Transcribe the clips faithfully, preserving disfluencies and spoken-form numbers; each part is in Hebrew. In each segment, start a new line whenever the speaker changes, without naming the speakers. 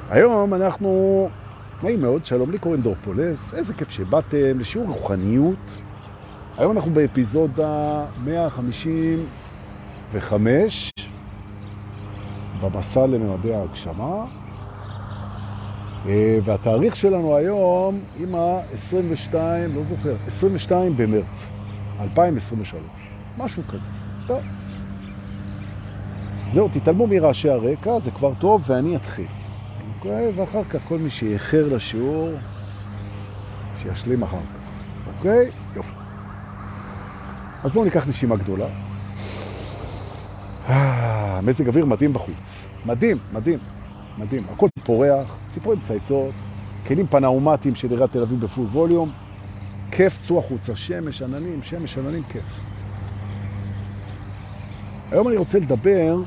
היום אנחנו, נעים מאוד, שלום לי, קוראים דורפולס, איזה כיף שבאתם לשיעור רוחניות. היום אנחנו באפיזודה מאה חמישים וחמש, במסע לממדי ההגשמה, והתאריך שלנו היום עם ה-עשרים ושתיים, לא זוכר, עשרים ושתיים במרץ אלפיים עשרים ושלוש, משהו כזה. טוב. זהו, תתעלמו מרעשי הרקע, זה כבר טוב, ואני אתחיל. אוקיי? ואחר כך כל מי שיאחר לשיעור, שישלים אחר כך. אוקיי? יופי. אז בואו ניקח נשימה גדולה. מזג אוויר מדהים בחוץ. מדהים, מדהים, מדהים. הכל פורח, ציפורים צייצות, כלים פנאומטיים של עיריית תל אביב בפול ווליום. כיף, צאו החוצה, שמש, עננים, שמש, עננים, כיף. היום אני רוצה לדבר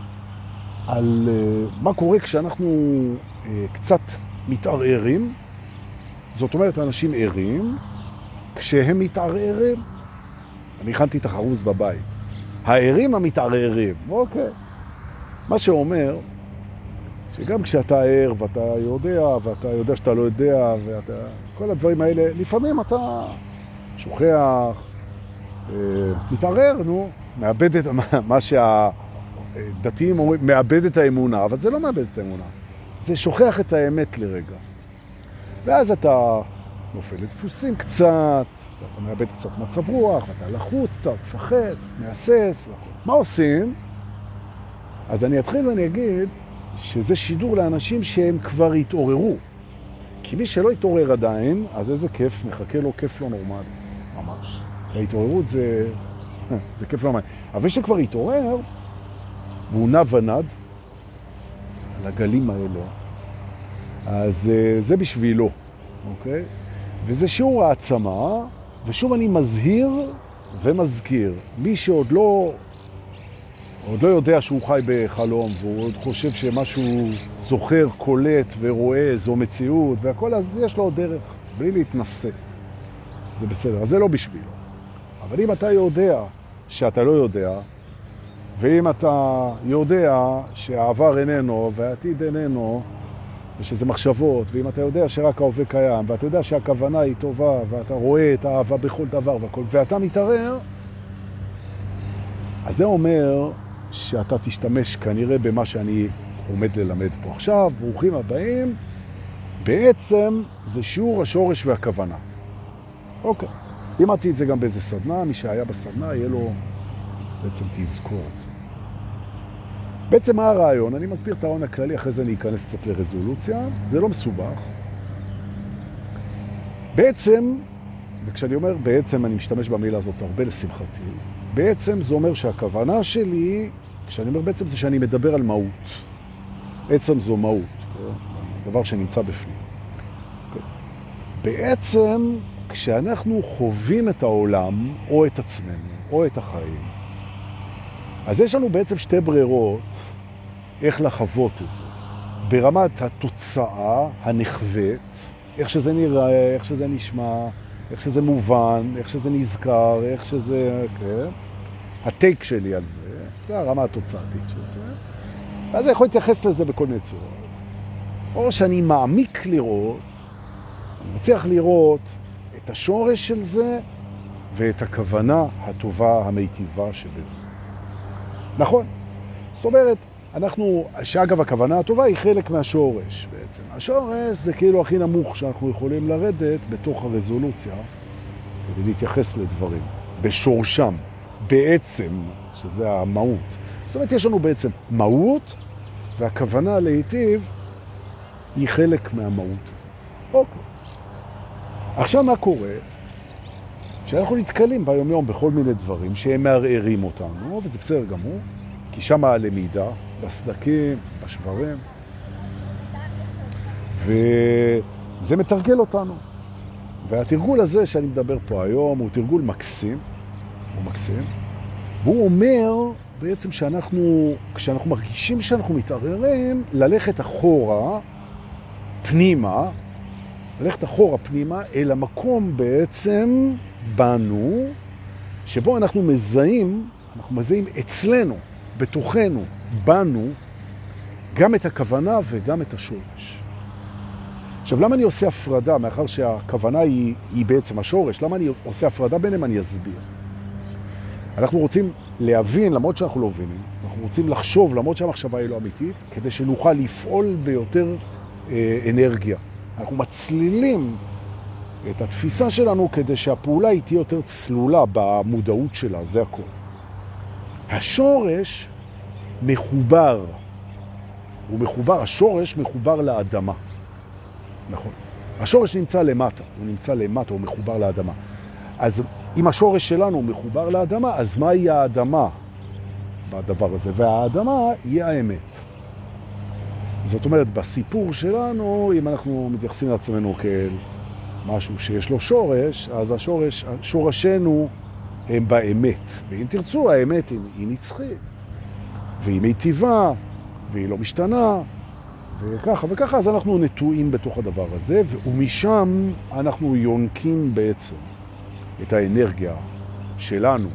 על uh, מה קורה כשאנחנו uh, קצת מתערערים. זאת אומרת, אנשים ערים, כשהם מתערערים, אני הכנתי את החרוז בבית. הערים המתערערים, אוקיי. מה שאומר, שגם כשאתה ער ואתה יודע, ואתה יודע שאתה לא יודע, ואתה, כל הדברים האלה, לפעמים אתה שוכח, uh, מתערער, נו, מאבד את מה שהדתיים אומרים, מאבד את האמונה, אבל זה לא מאבד את האמונה. זה שוכח את האמת לרגע. ואז אתה נופל לדפוסים קצת, ואתה מאבד קצת מצב רוח, ואתה לחוץ קצת, מפחד, מאסס. מה עושים? אז אני אתחיל ואני אגיד שזה שידור לאנשים שהם כבר התעוררו. כי מי שלא התעורר עדיין, אז איזה כיף, מחכה לו כיף לא נורמלי. ממש. ההתעוררות זה... זה כיף לא מעניין. אבל מי שכבר התעורר, והוא נע ונד על הגלים האלה, אז זה בשבילו, אוקיי? וזה שיעור העצמה, ושוב אני מזהיר ומזכיר. מי שעוד לא, עוד לא יודע שהוא חי בחלום, והוא עוד חושב שמשהו זוכר, קולט ורואה, זו מציאות, והכל, אז יש לו דרך, בלי להתנסה. זה בסדר, אז זה לא בשבילו. אבל אם אתה יודע שאתה לא יודע, ואם אתה יודע שהעבר איננו והעתיד איננו, ושזה מחשבות, ואם אתה יודע שרק ההווה קיים, ואתה יודע שהכוונה היא טובה, ואתה רואה את האהבה בכל דבר והכל, ואתה מתערער, אז זה אומר שאתה תשתמש כנראה במה שאני עומד ללמד פה עכשיו. ברוכים הבאים. בעצם זה שיעור השורש והכוונה. אוקיי. לימדתי את זה גם באיזה סדנה, מי שהיה בסדנה יהיה לו בעצם תזכורת. בעצם מה הרעיון? אני מסביר את הרעיון הכללי, אחרי זה אני אכנס קצת לרזולוציה, זה לא מסובך. בעצם, וכשאני אומר בעצם אני משתמש במילה הזאת הרבה לשמחתי, בעצם זה אומר שהכוונה שלי, כשאני אומר בעצם זה שאני מדבר על מהות. בעצם זו מהות, דבר שנמצא בפנים. בעצם כשאנחנו חווים את העולם, או את עצמנו, או את החיים, אז יש לנו בעצם שתי ברירות איך לחוות את זה. ברמת התוצאה הנחווית, איך שזה נראה, איך שזה נשמע, איך שזה מובן, איך שזה נזכר, איך שזה... כן? הטייק שלי על זה, זה הרמה התוצאתית של זה. אז אני יכול להתייחס לזה בכל מיני צורות. או שאני מעמיק לראות, אני מצליח לראות את השורש של זה ואת הכוונה הטובה המיטיבה שבזה. נכון. זאת אומרת, אנחנו, שאגב הכוונה הטובה היא חלק מהשורש בעצם. השורש זה כאילו הכי נמוך שאנחנו יכולים לרדת בתוך הרזולוציה כדי להתייחס לדברים. בשורשם, בעצם, שזה המהות. זאת אומרת, יש לנו בעצם מהות, והכוונה להיטיב היא חלק מהמהות הזאת. אוקיי. עכשיו מה קורה? שאנחנו נתקלים ביום יום בכל מיני דברים שהם מערערים אותנו, וזה בסדר גמור, כי שם הלמידה, בסדקים, בשברים, וזה מתרגל אותנו. והתרגול הזה שאני מדבר פה היום הוא תרגול מקסים, הוא מקסים, והוא אומר בעצם שאנחנו, כשאנחנו מרגישים שאנחנו מתערערים, ללכת אחורה, פנימה, ללכת אחורה פנימה אל המקום בעצם בנו, שבו אנחנו מזהים, אנחנו מזהים אצלנו, בתוכנו, בנו, גם את הכוונה וגם את השורש. עכשיו, למה אני עושה הפרדה? מאחר שהכוונה היא, היא בעצם השורש, למה אני עושה הפרדה ביניהם? אני אסביר. אנחנו רוצים להבין, למרות שאנחנו לא מבינים, אנחנו רוצים לחשוב, למרות שהמחשבה היא לא אמיתית, כדי שנוכל לפעול ביותר אה, אנרגיה. אנחנו מצלילים את התפיסה שלנו כדי שהפעולה היא תהיה יותר צלולה במודעות שלה, זה הכל. השורש מחובר, הוא מחובר, השורש מחובר לאדמה. נכון. השורש נמצא למטה, הוא נמצא למטה, הוא מחובר לאדמה. אז אם השורש שלנו מחובר לאדמה, אז מהי האדמה בדבר הזה? והאדמה היא האמת. זאת אומרת, בסיפור שלנו, אם אנחנו מתייחסים לעצמנו כאל משהו שיש לו שורש, אז השורש, שורשנו הם באמת. ואם תרצו, האמת היא, היא נצחית, והיא מיטיבה, והיא לא משתנה, וככה וככה, אז אנחנו נטועים בתוך הדבר הזה, ומשם אנחנו יונקים בעצם את האנרגיה שלנו.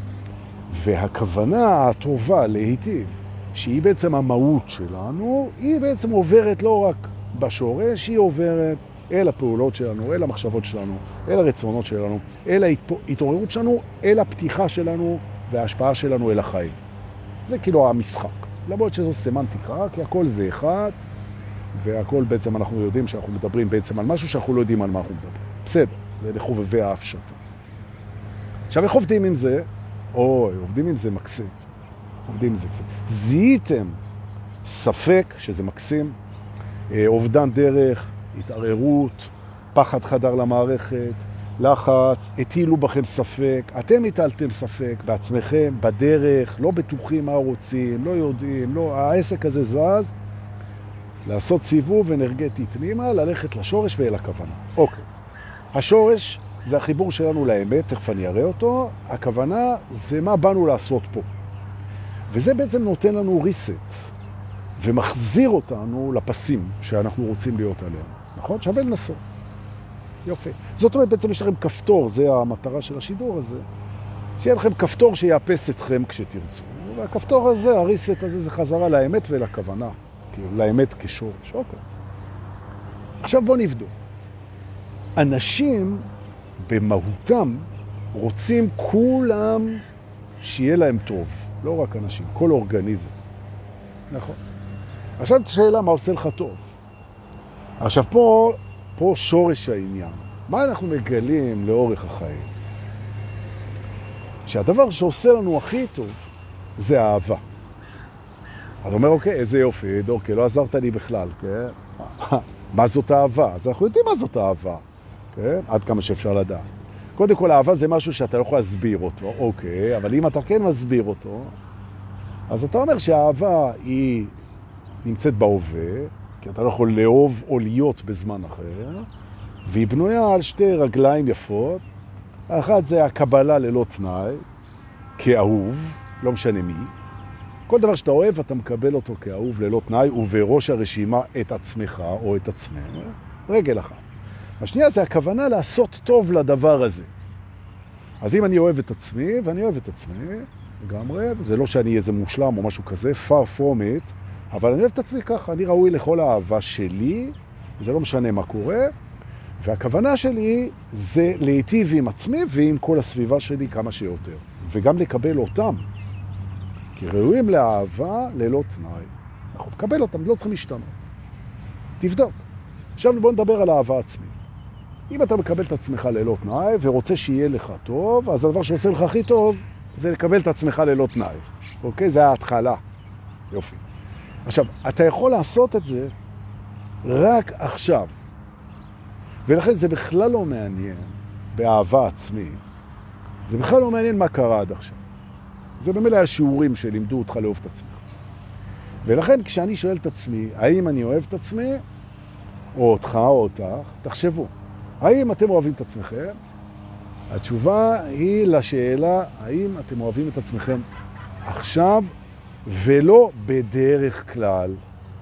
והכוונה הטובה להיטיב, שהיא בעצם המהות שלנו, היא בעצם עוברת לא רק בשורש, היא עוברת אל הפעולות שלנו, אל המחשבות שלנו, אל הרצונות שלנו, אל ההתעוררות שלנו, אל הפתיחה שלנו וההשפעה שלנו אל החיים. זה כאילו המשחק. למרות שזו סמנטיקה, כי הכל זה אחד, והכל בעצם אנחנו יודעים שאנחנו מדברים בעצם על משהו שאנחנו לא יודעים על מה אנחנו מדברים. בסדר, זה לחובבי ההפשטה. עכשיו, איך עובדים עם זה? אוי, עובדים עם זה מקסים. עובדים עם זה מקסים. זיהיתם ספק, שזה מקסים, אובדן דרך, התערערות, פחד חדר למערכת, לחץ, הטילו בכם ספק, אתם הטלתם ספק בעצמכם, בדרך, לא בטוחים מה רוצים, לא יודעים, לא, העסק הזה זז, לעשות סיבוב אנרגטי פנימה, ללכת לשורש ואל הכוונה. אוקיי. השורש זה החיבור שלנו לאמת, תכף אני אראה אותו, הכוונה זה מה באנו לעשות פה. וזה בעצם נותן לנו ריסט, ומחזיר אותנו לפסים שאנחנו רוצים להיות עליהם. נכון? שווה לנסות. יופי. זאת אומרת, בעצם יש לכם כפתור, זה המטרה של השידור הזה, שיהיה לכם כפתור שיאפס אתכם כשתרצו. והכפתור הזה, הריסט הזה, זה חזרה לאמת ולכוונה. כאילו, לאמת כשורש. אוקיי. עכשיו בואו נבדוק. אנשים במהותם רוצים כולם שיהיה להם טוב. לא רק אנשים, כל אורגניזם. נכון. עכשיו השאלה, מה עושה לך טוב? עכשיו פה, פה שורש העניין. מה אנחנו מגלים לאורך החיים? שהדבר שעושה לנו הכי טוב זה האהבה. אז אומר, אוקיי, איזה יופי, אוקיי, לא עזרת לי בכלל, כן? מה זאת האהבה? אז אנחנו יודעים מה זאת האהבה, כן? עד כמה שאפשר לדעת. קודם כל, האהבה זה משהו שאתה לא יכול להסביר אותו, אוקיי, אבל אם אתה כן מסביר אותו, אז אתה אומר שהאהבה היא נמצאת בהווה, כי אתה לא יכול לאהוב או להיות בזמן אחר, והיא בנויה על שתי רגליים יפות. האחת זה הקבלה ללא תנאי, כאהוב, לא משנה מי. כל דבר שאתה אוהב, אתה מקבל אותו כאהוב ללא תנאי, ובראש הרשימה את עצמך או את עצמנו, רגל אחת. השנייה זה הכוונה לעשות טוב לדבר הזה. אז אם אני אוהב את עצמי, ואני אוהב את עצמי, לגמרי, זה לא שאני איזה מושלם או משהו כזה, far from it, אבל אני אוהב את עצמי ככה, אני ראוי לכל האהבה שלי, זה לא משנה מה קורה, והכוונה שלי זה להיטיב עם עצמי ועם כל הסביבה שלי כמה שיותר, וגם לקבל אותם, כי ראויים לאהבה ללא תנאי. אנחנו נקבל אותם, לא צריכים להשתנות. תבדוק. עכשיו בוא נדבר על אהבה עצמית. אם אתה מקבל את עצמך ללא תנאי ורוצה שיהיה לך טוב, אז הדבר שעושה לך הכי טוב זה לקבל את עצמך ללא תנאי. אוקיי? זה ההתחלה. יופי. עכשיו, אתה יכול לעשות את זה רק עכשיו. ולכן זה בכלל לא מעניין באהבה עצמית. זה בכלל לא מעניין מה קרה עד עכשיו. זה במילא השיעורים שלימדו אותך לאהוב את עצמך. ולכן כשאני שואל את עצמי, האם אני אוהב את עצמי, או אותך או אותך, תחשבו. האם אתם אוהבים את עצמכם? התשובה היא לשאלה, האם אתם אוהבים את עצמכם עכשיו ולא בדרך כלל.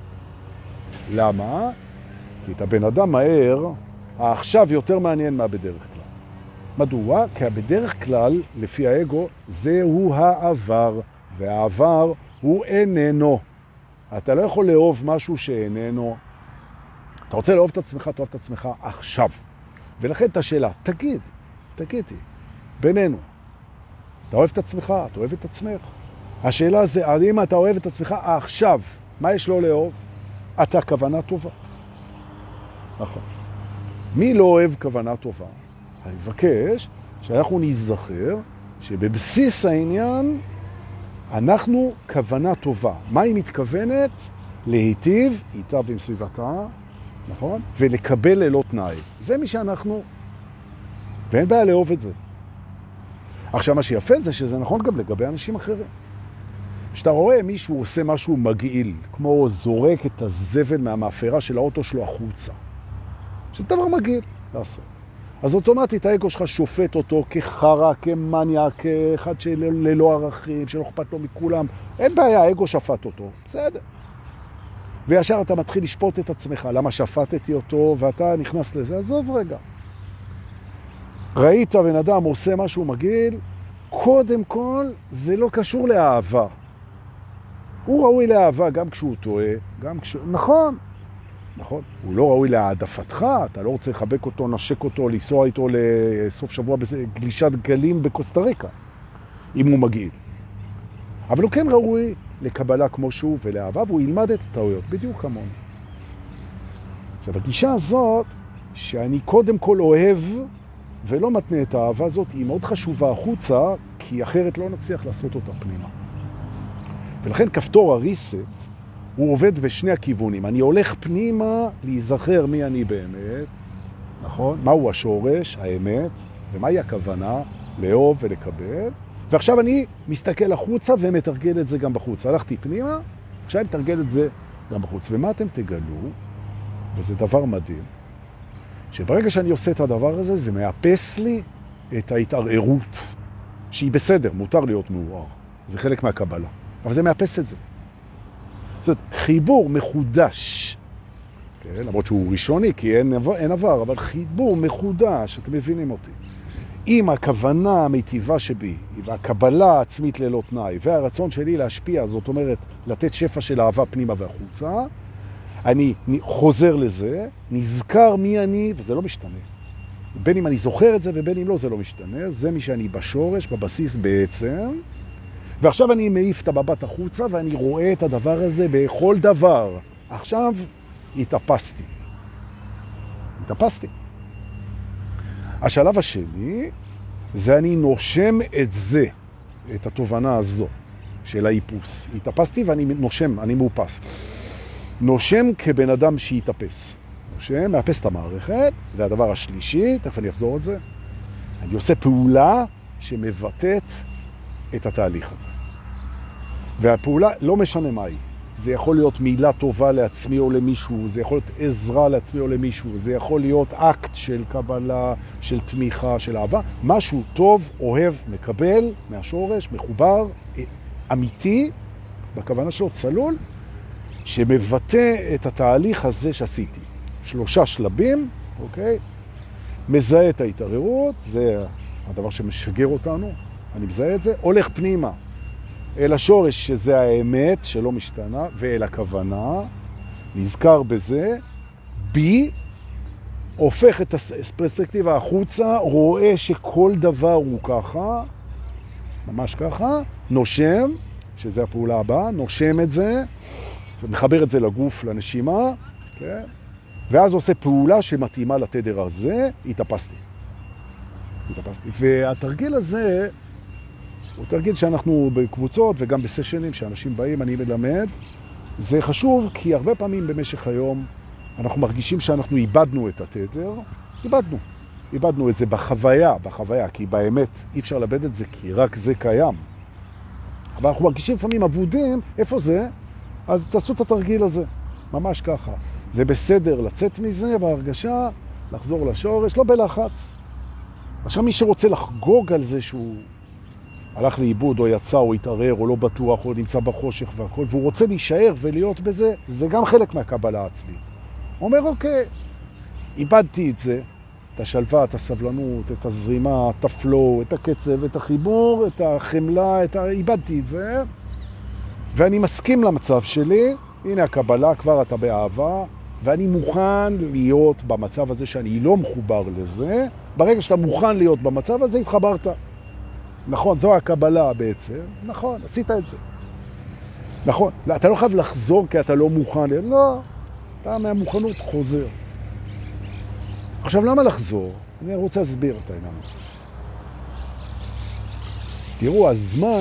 למה? כי את הבן אדם מהר, העכשיו יותר מעניין מה בדרך כלל. מדוע? כי בדרך כלל, לפי האגו, זהו העבר, והעבר הוא איננו. אתה לא יכול לאהוב משהו שאיננו. אתה רוצה לאהוב את עצמך, תאהב את עצמך עכשיו. ולכן את השאלה, תגיד, תגידי, בינינו, אתה אוהב את עצמך, אתה אוהב את עצמך. השאלה זה, אם אתה אוהב את עצמך עכשיו, מה יש לו לאהוב? אתה כוונה טובה. נכון. מי לא אוהב כוונה טובה? אני מבקש שאנחנו נזכר שבבסיס העניין אנחנו כוונה טובה. מה היא מתכוונת? להיטיב איתה ועם סביבתה, נכון? ולקבל ללא תנאי. זה מי שאנחנו, ואין בעיה לאהוב את זה. עכשיו מה שיפה זה שזה נכון גם לגבי אנשים אחרים. כשאתה רואה מישהו עושה משהו מגעיל, כמו זורק את הזבל מהמאפרה של האוטו שלו החוצה, שזה דבר מגעיל לעשות. אז אוטומטית האגו שלך שופט אותו כחרה, כמניה, כאחד שללא ערכים, שלא אכפת לו מכולם. אין בעיה, האגו שפט אותו. בסדר. וישר אתה מתחיל לשפוט את עצמך, למה שפטתי אותו, ואתה נכנס לזה, עזוב רגע. ראית בן אדם עושה משהו מגעיל, קודם כל זה לא קשור לאהבה. הוא ראוי לאהבה גם כשהוא טועה, גם כשהוא... נכון, נכון. הוא לא ראוי להעדפתך, אתה לא רוצה לחבק אותו, נשק אותו, לנסוע איתו לסוף שבוע בגלישת גלים בקוסטריקה, אם הוא מגעיל. אבל הוא כן ראוי לקבלה כמו שהוא ולאהבה, והוא ילמד את הטעויות, בדיוק כמוני. עכשיו, הגישה הזאת, שאני קודם כל אוהב ולא מתנה את האהבה הזאת, היא מאוד חשובה החוצה, כי אחרת לא נצליח לעשות אותה פנימה. ולכן כפתור הריסט, הוא עובד בשני הכיוונים. אני הולך פנימה להיזכר מי אני באמת, נכון? מהו השורש, האמת, ומהי הכוונה, לאהוב ולקבל. ועכשיו אני מסתכל החוצה ומתרגל את זה גם בחוץ. הלכתי פנימה, עכשיו אני מתרגל את זה גם בחוץ. ומה אתם תגלו, וזה דבר מדהים, שברגע שאני עושה את הדבר הזה, זה מאפס לי את ההתערערות, שהיא בסדר, מותר להיות מעורר. זה חלק מהקבלה. אבל זה מאפס את זה. זאת אומרת, חיבור מחודש, כן? למרות שהוא ראשוני, כי אין, אין עבר, אבל חיבור מחודש, אתם מבינים אותי. עם הכוונה המיטיבה שבי, והקבלה העצמית ללא תנאי, והרצון שלי להשפיע, זאת אומרת, לתת שפע של אהבה פנימה והחוצה, אני חוזר לזה, נזכר מי אני, וזה לא משתנה. בין אם אני זוכר את זה ובין אם לא, זה לא משתנה. זה מי שאני בשורש, בבסיס בעצם. ועכשיו אני מעיף את המבט החוצה, ואני רואה את הדבר הזה בכל דבר. עכשיו התאפסתי. התאפסתי. השלב השני, זה אני נושם את זה, את התובנה הזאת של האיפוס. התאפסתי ואני נושם, אני מאופס. נושם כבן אדם שיתאפס. נושם, מאפס את המערכת, והדבר השלישי, תכף אני אחזור את זה, אני עושה פעולה שמבטאת את התהליך הזה. והפעולה לא משנה מהי. זה יכול להיות מילה טובה לעצמי או למישהו, זה יכול להיות עזרה לעצמי או למישהו, זה יכול להיות אקט של קבלה, של תמיכה, של אהבה. משהו טוב, אוהב, מקבל, מהשורש, מחובר, אמיתי, בכוונה שלו צלול, שמבטא את התהליך הזה שעשיתי. שלושה שלבים, אוקיי? מזהה את ההתערערות, זה הדבר שמשגר אותנו, אני מזהה את זה, הולך פנימה אל השורש שזה האמת שלא משתנה, ואל הכוונה, נזכר בזה, בי, הופך את הפרספקטיבה החוצה, רואה שכל דבר הוא ככה, ממש ככה, נושם, שזה הפעולה הבאה, נושם את זה, מחבר את זה לגוף, לנשימה, כן? ואז עושה פעולה שמתאימה לתדר הזה, התאפסתי. התאפסתי. והתרגיל הזה, הוא תרגיל שאנחנו בקבוצות וגם בסשנים שאנשים באים, אני מלמד. זה חשוב כי הרבה פעמים במשך היום אנחנו מרגישים שאנחנו איבדנו את התדר. איבדנו. איבדנו את זה בחוויה, בחוויה, כי באמת אי אפשר לאבד את זה כי רק זה קיים. אבל אנחנו מרגישים לפעמים אבודים, איפה זה? אז תעשו את התרגיל הזה, ממש ככה. זה בסדר לצאת מזה בהרגשה, לחזור לשורש, לא בלחץ. עכשיו מי שרוצה לחגוג על זה שהוא הלך לאיבוד או יצא או התערער או לא בטוח או נמצא בחושך והכל, והוא רוצה להישאר ולהיות בזה, זה גם חלק מהקבלה העצמית. הוא אומר, אוקיי, איבדתי את זה, את השלווה, את הסבלנות, את הזרימה, את הפלו, את הקצב, את החיבור, את החמלה, את ה... איבדתי את זה, ואני מסכים למצב שלי, הנה הקבלה, כבר אתה באהבה, ואני מוכן להיות במצב הזה שאני לא מחובר לזה. ברגע שאתה מוכן להיות במצב הזה, התחברת. נכון, זו הקבלה בעצם. נכון, עשית את זה. נכון, לא, אתה לא חייב לחזור כי אתה לא מוכן. לא, אתה מהמוכנות חוזר. עכשיו, למה לחזור? אני רוצה להסביר את העניין הזה. תראו, הזמן,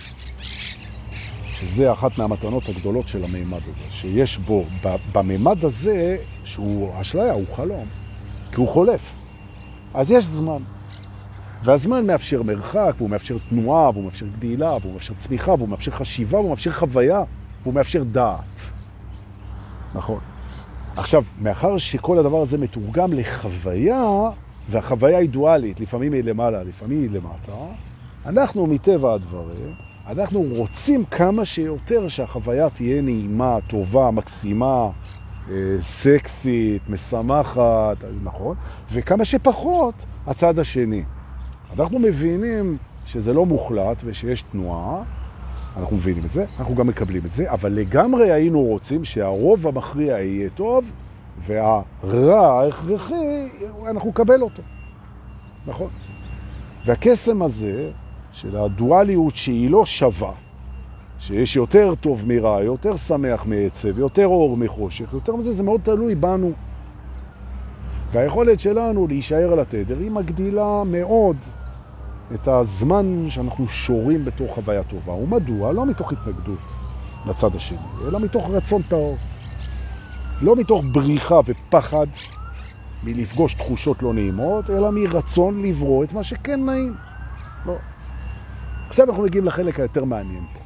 שזה אחת מהמתנות הגדולות של המימד הזה, שיש בו, במימד הזה, שהוא אשליה, הוא חלום, כי הוא חולף. אז יש זמן. והזמן מאפשר מרחק, והוא מאפשר תנועה, והוא מאפשר גדילה, והוא מאפשר צמיחה, והוא מאפשר חשיבה, והוא מאפשר חוויה, והוא מאפשר דעת. נכון. עכשיו, מאחר שכל הדבר הזה מתורגם לחוויה, והחוויה היא דואלית, לפעמים היא למעלה, לפעמים היא למטה, אנחנו מטבע הדברים, אנחנו רוצים כמה שיותר שהחוויה תהיה נעימה, טובה, מקסימה, סקסית, משמחת, נכון? וכמה שפחות הצד השני. אנחנו מבינים שזה לא מוחלט ושיש תנועה, אנחנו מבינים את זה, אנחנו גם מקבלים את זה, אבל לגמרי היינו רוצים שהרוב המכריע יהיה טוב, והרע ההכרחי, אנחנו נקבל אותו. נכון? והקסם הזה של הדואליות שהיא לא שווה, שיש יותר טוב מרע, יותר שמח מעצב, יותר אור מחושך, יותר מזה, זה מאוד תלוי בנו. והיכולת שלנו להישאר על התדר היא מגדילה מאוד את הזמן שאנחנו שורים בתוך חוויה טובה. ומדוע? לא מתוך התנגדות לצד השני, אלא מתוך רצון טהור. לא מתוך בריחה ופחד מלפגוש תחושות לא נעימות, אלא מרצון לברוא את מה שכן נעים. לא. עכשיו אנחנו מגיעים לחלק היותר מעניין פה.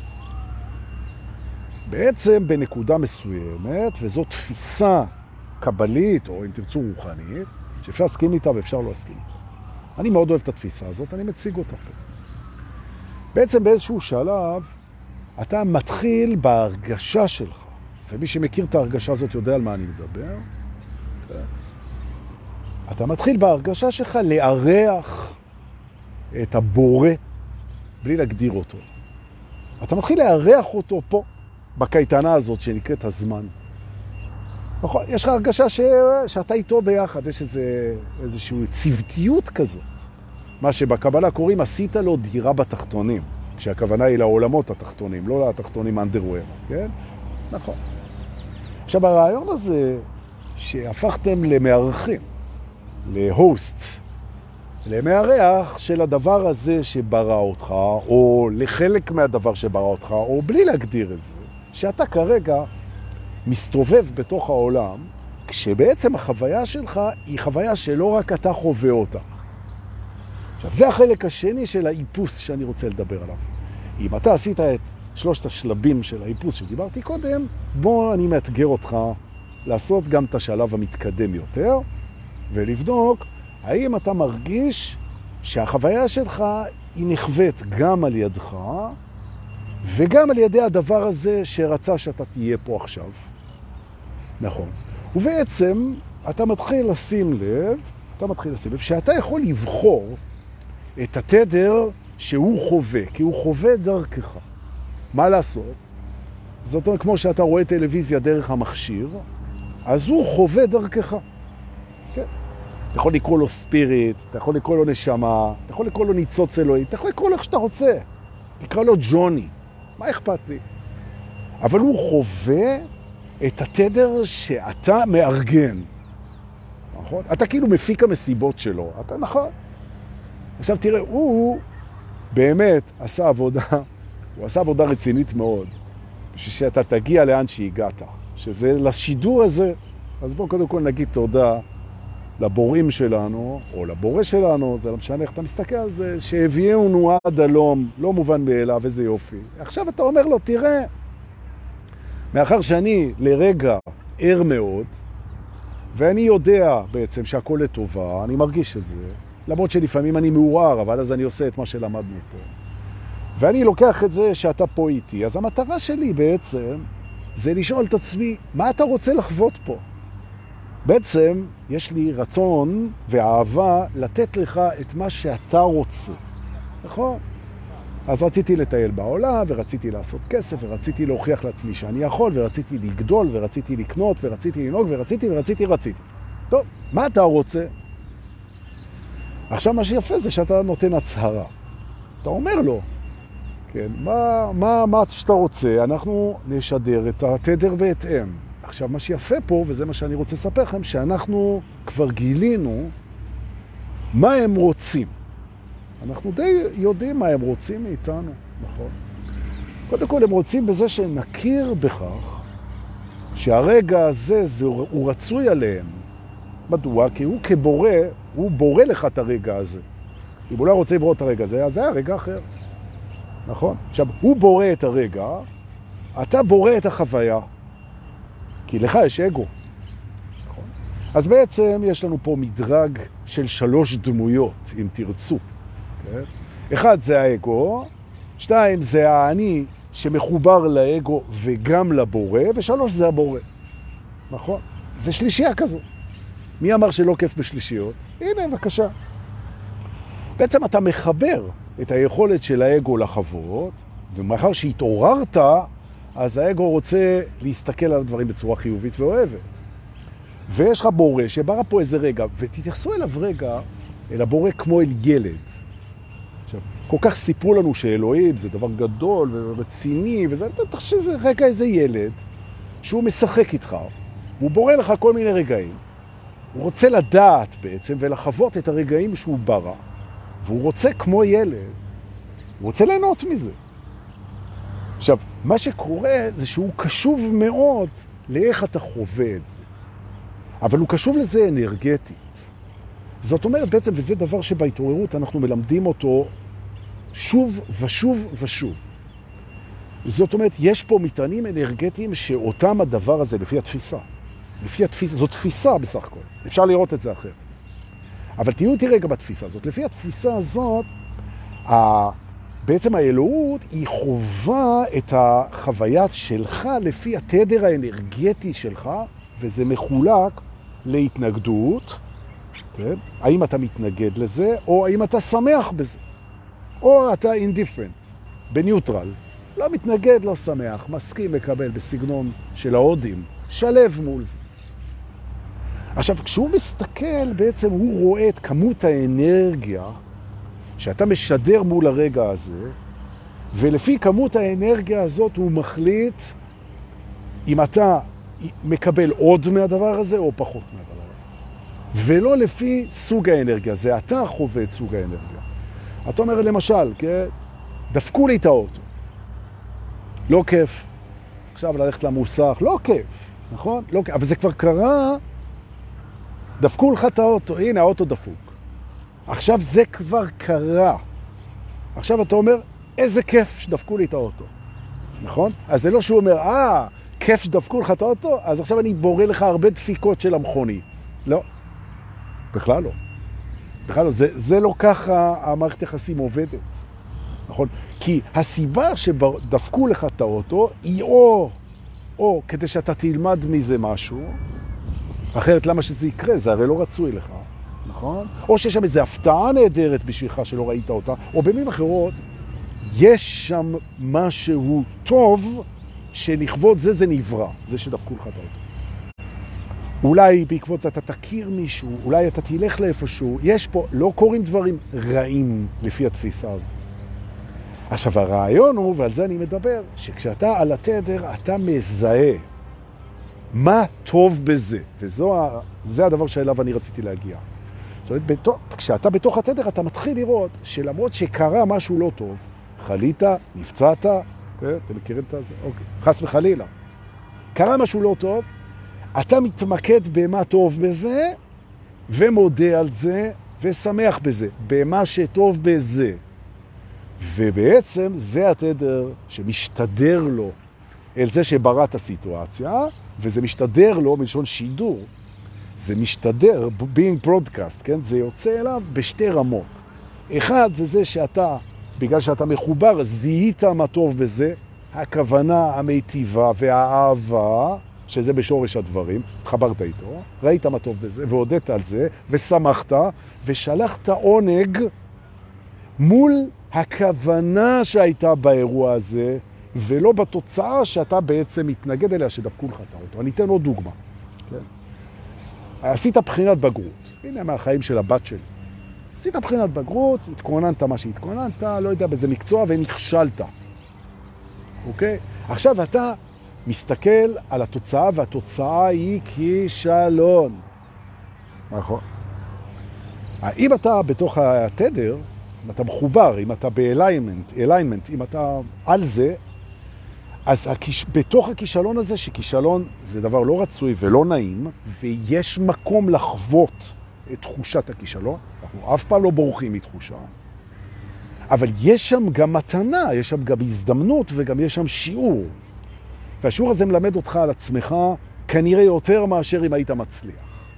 בעצם בנקודה מסוימת, וזו תפיסה קבלית, או אם תרצו רוחנית, שאפשר להסכים איתה ואפשר לא להסכים איתה. אני מאוד אוהב את התפיסה הזאת, אני מציג אותה פה. בעצם באיזשהו שלב, אתה מתחיל בהרגשה שלך, ומי שמכיר את ההרגשה הזאת יודע על מה אני מדבר, אתה מתחיל בהרגשה שלך לארח את הבורא, בלי להגדיר אותו. אתה מתחיל לארח אותו פה, בקייטנה הזאת שנקראת הזמן. נכון? יש לך הרגשה ש... שאתה איתו ביחד, יש איזה... איזושהי צוותיות כזאת. מה שבקבלה קוראים, עשית לו דירה בתחתונים, כשהכוונה היא לעולמות התחתונים, לא לתחתונים אנדרוור, כן? נכון. עכשיו, הרעיון הזה שהפכתם למארחים, להוסט, למארח של הדבר הזה שברא אותך, או לחלק מהדבר שברא אותך, או בלי להגדיר את זה, שאתה כרגע מסתובב בתוך העולם, כשבעצם החוויה שלך היא חוויה שלא רק אתה חווה אותה. עכשיו, זה החלק השני של האיפוס שאני רוצה לדבר עליו. אם אתה עשית את שלושת השלבים של האיפוס שדיברתי קודם, בוא אני מאתגר אותך לעשות גם את השלב המתקדם יותר, ולבדוק האם אתה מרגיש שהחוויה שלך היא נחווית גם על ידך, וגם על ידי הדבר הזה שרצה שאתה תהיה פה עכשיו. נכון. ובעצם אתה מתחיל לשים לב, אתה מתחיל לשים לב, שאתה יכול לבחור את התדר שהוא חווה, כי הוא חווה דרכך. מה לעשות? זאת אומרת, כמו שאתה רואה טלוויזיה דרך המכשיר, אז הוא חווה דרכך. כן? אתה יכול לקרוא לו ספיריט, אתה יכול לקרוא לו נשמה, אתה יכול לקרוא לו ניצוץ אלוהי, אתה יכול לקרוא לו איך שאתה רוצה. תקרא לו ג'וני. מה אכפת לי? אבל הוא חווה את התדר שאתה מארגן. נכון? אתה כאילו מפיק המסיבות שלו. אתה נכון. עכשיו תראה, הוא באמת עשה עבודה, הוא עשה עבודה רצינית מאוד, בשביל שאתה תגיע לאן שהגעת. שזה לשידור הזה, אז בואו קודם כל נגיד תודה לבורים שלנו, או לבורא שלנו, זה לא משנה איך אתה מסתכל על זה, שהביאנו עד הלום, לא מובן מאליו, איזה יופי. עכשיו אתה אומר לו, תראה, מאחר שאני לרגע ער מאוד, ואני יודע בעצם שהכל לטובה, אני מרגיש את זה, למרות שלפעמים אני מעורר, אבל אז אני עושה את מה שלמדנו פה. ואני לוקח את זה שאתה פה איתי, אז המטרה שלי בעצם, זה לשאול את עצמי, מה אתה רוצה לחוות פה? בעצם יש לי רצון ואהבה לתת לך את מה שאתה רוצה. נכון? אז רציתי לטייל בעולם, ורציתי לעשות כסף, ורציתי להוכיח לעצמי שאני יכול, ורציתי לגדול, ורציתי לקנות, ורציתי לנהוג, ורציתי, ורציתי, רציתי. טוב, מה אתה רוצה? עכשיו מה שיפה זה שאתה נותן הצהרה. אתה אומר לו, כן, מה, מה, מה שאתה רוצה, אנחנו נשדר את התדר בהתאם. עכשיו מה שיפה פה, וזה מה שאני רוצה לספר לכם, שאנחנו כבר גילינו מה הם רוצים. אנחנו די יודעים מה הם רוצים מאיתנו, נכון? קודם כל הם רוצים בזה שנכיר בכך שהרגע הזה זה, הוא רצוי עליהם. מדוע? כי הוא כבורא, הוא בורא לך את הרגע הזה. אם הוא לא רוצה לברוא את הרגע הזה, אז זה היה רגע אחר. נכון? עכשיו, הוא בורא את הרגע, אתה בורא את החוויה. כי לך יש אגו. נכון? אז בעצם יש לנו פה מדרג של שלוש דמויות, אם תרצו. כן? אחד זה האגו, שתיים זה האני שמחובר לאגו וגם לבורא, ושלוש זה הבורא. נכון? זה שלישייה כזו. מי אמר שלא כיף בשלישיות? הנה, בבקשה. בעצם אתה מחבר את היכולת של האגו לחוות, ומאחר שהתעוררת, אז האגו רוצה להסתכל על הדברים בצורה חיובית ואוהבת. ויש לך בורא שברא פה איזה רגע, ותתייחסו אליו רגע, אל הבורא כמו אל ילד. עכשיו, כל כך סיפרו לנו שאלוהים זה דבר גדול ורציני, וזה, תחשב רגע איזה ילד, שהוא משחק איתך, והוא בורא לך כל מיני רגעים. הוא רוצה לדעת בעצם ולחוות את הרגעים שהוא ברא, והוא רוצה כמו ילד, הוא רוצה ליהנות מזה. עכשיו, מה שקורה זה שהוא קשוב מאוד לאיך אתה חווה את זה. אבל הוא קשוב לזה אנרגטית. זאת אומרת בעצם, וזה דבר שבהתעוררות אנחנו מלמדים אותו שוב ושוב ושוב. זאת אומרת, יש פה מטענים אנרגטיים שאותם הדבר הזה, לפי התפיסה, לפי התפיסה, זו תפיסה בסך הכל. אפשר לראות את זה אחר. אבל תהיו איתי רגע בתפיסה הזאת. לפי התפיסה הזאת, ה... בעצם האלוהות היא חובה את החוויה שלך לפי התדר האנרגטי שלך, וזה מחולק להתנגדות. כן? האם אתה מתנגד לזה, או האם אתה שמח בזה. או אתה indifferent, בניוטרל. לא מתנגד, לא שמח, מסכים לקבל בסגנון של ההודים, שלב מול זה. עכשיו, כשהוא מסתכל, בעצם הוא רואה את כמות האנרגיה שאתה משדר מול הרגע הזה, ולפי כמות האנרגיה הזאת הוא מחליט אם אתה מקבל עוד מהדבר הזה או פחות מהדבר הזה. ולא לפי סוג האנרגיה, זה אתה חווה את סוג האנרגיה. אתה אומר למשל, כן? דפקו לי את האוטו. לא כיף. עכשיו ללכת למוסך, לא כיף, נכון? לא כיף. אבל זה כבר קרה, דפקו לך את האוטו, הנה האוטו דפוק. עכשיו זה כבר קרה. עכשיו אתה אומר, איזה כיף שדפקו לי את האוטו. נכון? אז זה לא שהוא אומר, אה, כיף שדפקו לך את האוטו, אז עכשיו אני בורא לך הרבה דפיקות של המכונית. לא. בכלל לא. בכלל לא. זה, זה לא ככה המערכת יחסים עובדת. נכון? כי הסיבה שדפקו לך את האוטו היא או, או כדי שאתה תלמד מזה משהו, אחרת למה שזה יקרה? זה הרי לא רצוי לך. נכון? או שיש שם איזו הפתעה נהדרת בשבילך שלא ראית אותה, או במילים אחרות, יש שם משהו טוב שלכבוד זה זה נברא, זה שדפקו לך את האוטו. אולי בעקבות זה אתה תכיר מישהו, אולי אתה תלך לאיפשהו, יש פה, לא קוראים דברים רעים לפי התפיסה הזו. עכשיו הרעיון הוא, ועל זה אני מדבר, שכשאתה על התדר, אתה מזהה מה טוב בזה, וזה הדבר שאליו אני רציתי להגיע. זאת אומרת, בתוך, כשאתה בתוך התדר, אתה מתחיל לראות שלמרות שקרה משהו לא טוב, חלית, נפצעת, כן? אתם מכירים את זה? אוקיי. חס וחלילה. קרה משהו לא טוב, אתה מתמקד במה טוב בזה, ומודה על זה, ושמח בזה, במה שטוב בזה. ובעצם זה התדר שמשתדר לו אל זה שברא את הסיטואציה, וזה משתדר לו מלשון שידור. זה משתדר, being broadcast, כן? זה יוצא אליו בשתי רמות. אחד זה זה שאתה, בגלל שאתה מחובר, זיהית מה טוב בזה, הכוונה המיטיבה והאהבה, שזה בשורש הדברים, התחברת איתו, ראית מה טוב בזה, והודית על זה, ושמחת, ושלחת עונג מול הכוונה שהייתה באירוע הזה, ולא בתוצאה שאתה בעצם מתנגד אליה, שדפקו לך את האוטו. אני אתן עוד דוגמה. כן? עשית בחינת בגרות. הנה מהחיים של הבת שלי. עשית בחינת בגרות, התכוננת מה שהתכוננת, לא יודע באיזה מקצוע, ונכשלת. אוקיי? עכשיו אתה מסתכל על התוצאה, והתוצאה היא כישלון. נכון. אם אתה בתוך התדר, אם אתה מחובר, אם אתה באליינמנט, אליינמנט, אם אתה על זה, אז הכיש... בתוך הכישלון הזה, שכישלון זה דבר לא רצוי ולא נעים, ויש מקום לחוות את תחושת הכישלון, אנחנו אף פעם לא בורחים מתחושה, אבל יש שם גם מתנה, יש שם גם הזדמנות וגם יש שם שיעור. והשיעור הזה מלמד אותך על עצמך כנראה יותר מאשר אם היית מצליח.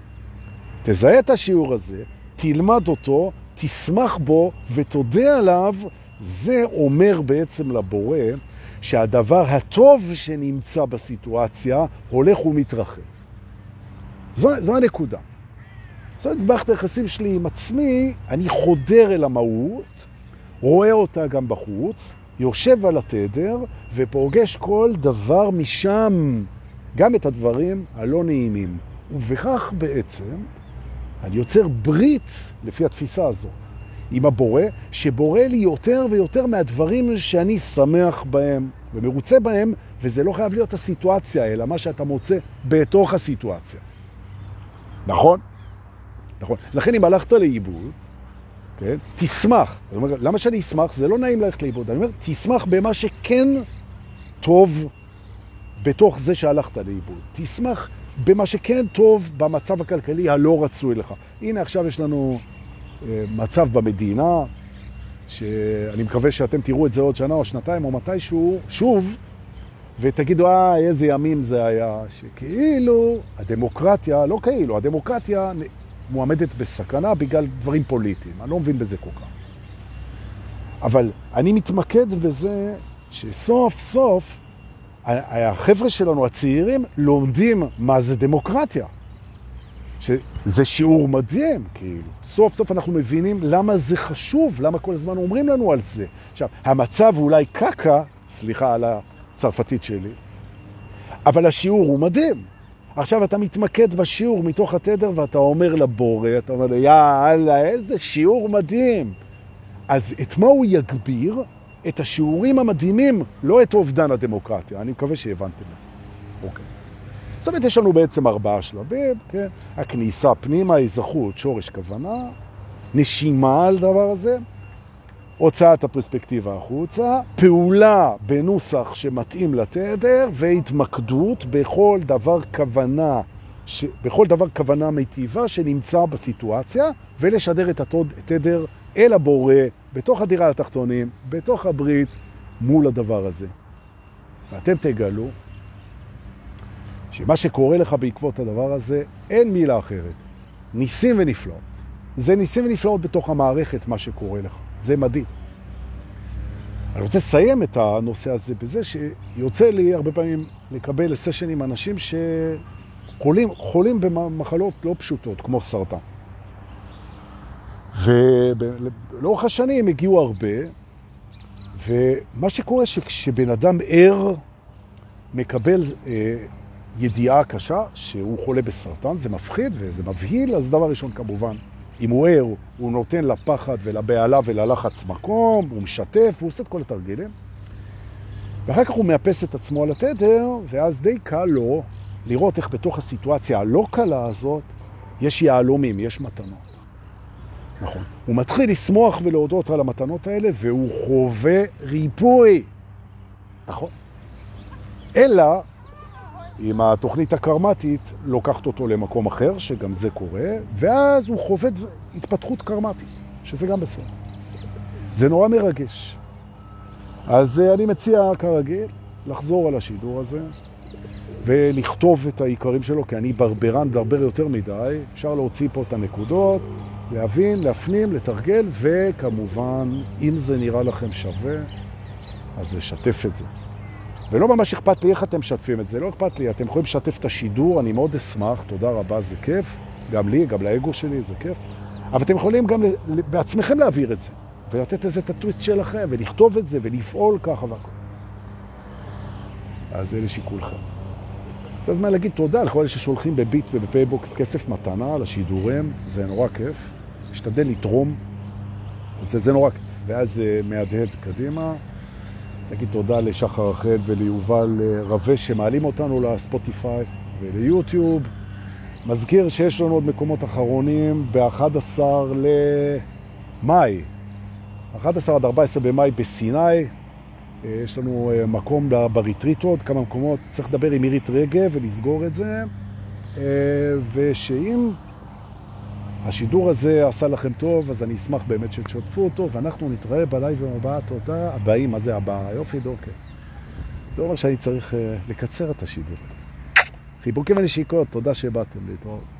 תזהה את השיעור הזה, תלמד אותו, תשמח בו ותודה עליו. זה אומר בעצם לבורא שהדבר הטוב שנמצא בסיטואציה הולך ומתרחב. זו, זו הנקודה. זאת במערכת היחסים שלי עם עצמי, אני חודר אל המהות, רואה אותה גם בחוץ, יושב על התדר ופוגש כל דבר משם, גם את הדברים הלא נעימים. ובכך בעצם אני יוצר ברית לפי התפיסה הזאת עם הבורא, שבורא לי יותר ויותר מהדברים שאני שמח בהם ומרוצה בהם, וזה לא חייב להיות הסיטואציה, אלא מה שאתה מוצא בתוך הסיטואציה. נכון? נכון. לכן אם הלכת לאיבוד, כן? תשמח. אני אומר, למה שאני אשמח? זה לא נעים ללכת לאיבוד. אני אומר, תשמח במה שכן טוב בתוך זה שהלכת לאיבוד. תשמח במה שכן טוב במצב הכלכלי הלא רצוי לך. הנה עכשיו יש לנו אה, מצב במדינה, שאני מקווה שאתם תראו את זה עוד שנה או שנתיים או מתישהו, שוב, ותגידו, אה, איזה ימים זה היה, שכאילו הדמוקרטיה, לא כאילו, הדמוקרטיה מועמדת בסכנה בגלל דברים פוליטיים. אני לא מבין בזה כל כך. אבל אני מתמקד בזה שסוף סוף החבר'ה שלנו, הצעירים, לומדים מה זה דמוקרטיה. שזה שיעור מדהים, כאילו. סוף סוף אנחנו מבינים למה זה חשוב, למה כל הזמן אומרים לנו על זה. עכשיו, המצב הוא אולי קקה, סליחה על הצרפתית שלי, אבל השיעור הוא מדהים. עכשיו אתה מתמקד בשיעור מתוך התדר ואתה אומר לבורא, אתה אומר לו, יאללה, איזה שיעור מדהים. אז את מה הוא יגביר? את השיעורים המדהימים, לא את אובדן הדמוקרטיה. אני מקווה שהבנתם את זה. אוקיי. זאת אומרת, יש לנו בעצם ארבעה שלבים, כן? הכניסה פנימה, היזכות, שורש כוונה, נשימה על דבר הזה, הוצאת הפרספקטיבה החוצה, פעולה בנוסח שמתאים לתדר, והתמקדות בכל דבר כוונה, ש... בכל דבר כוונה מיטיבה שנמצא בסיטואציה, ולשדר את התדר אל הבורא, בתוך הדירה לתחתונים, בתוך הברית, מול הדבר הזה. ואתם תגלו שמה שקורה לך בעקבות הדבר הזה, אין מילה אחרת. ניסים ונפלאות. זה ניסים ונפלאות בתוך המערכת, מה שקורה לך. זה מדהים. אני רוצה לסיים את הנושא הזה בזה שיוצא לי הרבה פעמים לקבל סשן עם אנשים שחולים חולים במחלות לא פשוטות, כמו סרטן. ולאורך השנים הגיעו הרבה, ומה שקורה שכשבן אדם ער מקבל אה, ידיעה קשה שהוא חולה בסרטן, זה מפחיד וזה מבהיל, אז דבר ראשון כמובן, אם הוא ער, הוא נותן לפחד ולבעלה וללחץ מקום, הוא משתף, הוא עושה את כל התרגילים, ואחר כך הוא מאפס את עצמו על התדר, ואז די קל לו לראות איך בתוך הסיטואציה הלא קלה הזאת יש יעלומים, יש מתנות. נכון. הוא מתחיל לשמוח ולהודות על המתנות האלה, והוא חווה ריפוי. נכון. אלא, אם התוכנית הקרמטית לוקחת אותו למקום אחר, שגם זה קורה, ואז הוא חווה התפתחות קרמטית, שזה גם בסדר. זה נורא מרגש. אז אני מציע כרגיל לחזור על השידור הזה, ולכתוב את העיקרים שלו, כי אני ברברן, ברבר יותר מדי. אפשר להוציא פה את הנקודות, להבין, להפנים, לתרגל, וכמובן, אם זה נראה לכם שווה, אז לשתף את זה. ולא ממש אכפת לי איך אתם משתפים את זה, לא אכפת לי, אתם יכולים לשתף את השידור, אני מאוד אשמח, תודה רבה, זה כיף, גם לי, גם לאגו שלי, זה כיף. אבל אתם יכולים גם בעצמכם להעביר את זה. ולתת לזה את הטוויסט שלכם, ולכתוב את זה, ולפעול ככה והכל. אז זה לשיקולכם. זה הזמן להגיד תודה לכל אלה ששולחים בביט ובפייבוקס כסף מתנה לשידורים, זה נורא כיף. משתדל לתרום, זה, זה נורא כיף. ואז זה מהדהד קדימה. אז נגיד תודה לשחר אחד וליובל רווה שמעלים אותנו לספוטיפיי וליוטיוב. מזכיר שיש לנו עוד מקומות אחרונים ב-אחד עשר למאי, אחד עשר עד ארבע עשרה במאי בסיני. יש לנו מקום בריטריט עוד, כמה מקומות. צריך לדבר עם עירית רגב ולסגור את זה. ושאם השידור הזה עשה לכם טוב, אז אני אשמח באמת שתשתפו אותו, ואנחנו נתראה בלייב הבא. תודה. הבאים, מה זה הבא? יופי, דוקא. זה אומר שאני צריך לקצר את השידור. חיבוקים ונשיקות, תודה שבאתם להתראות.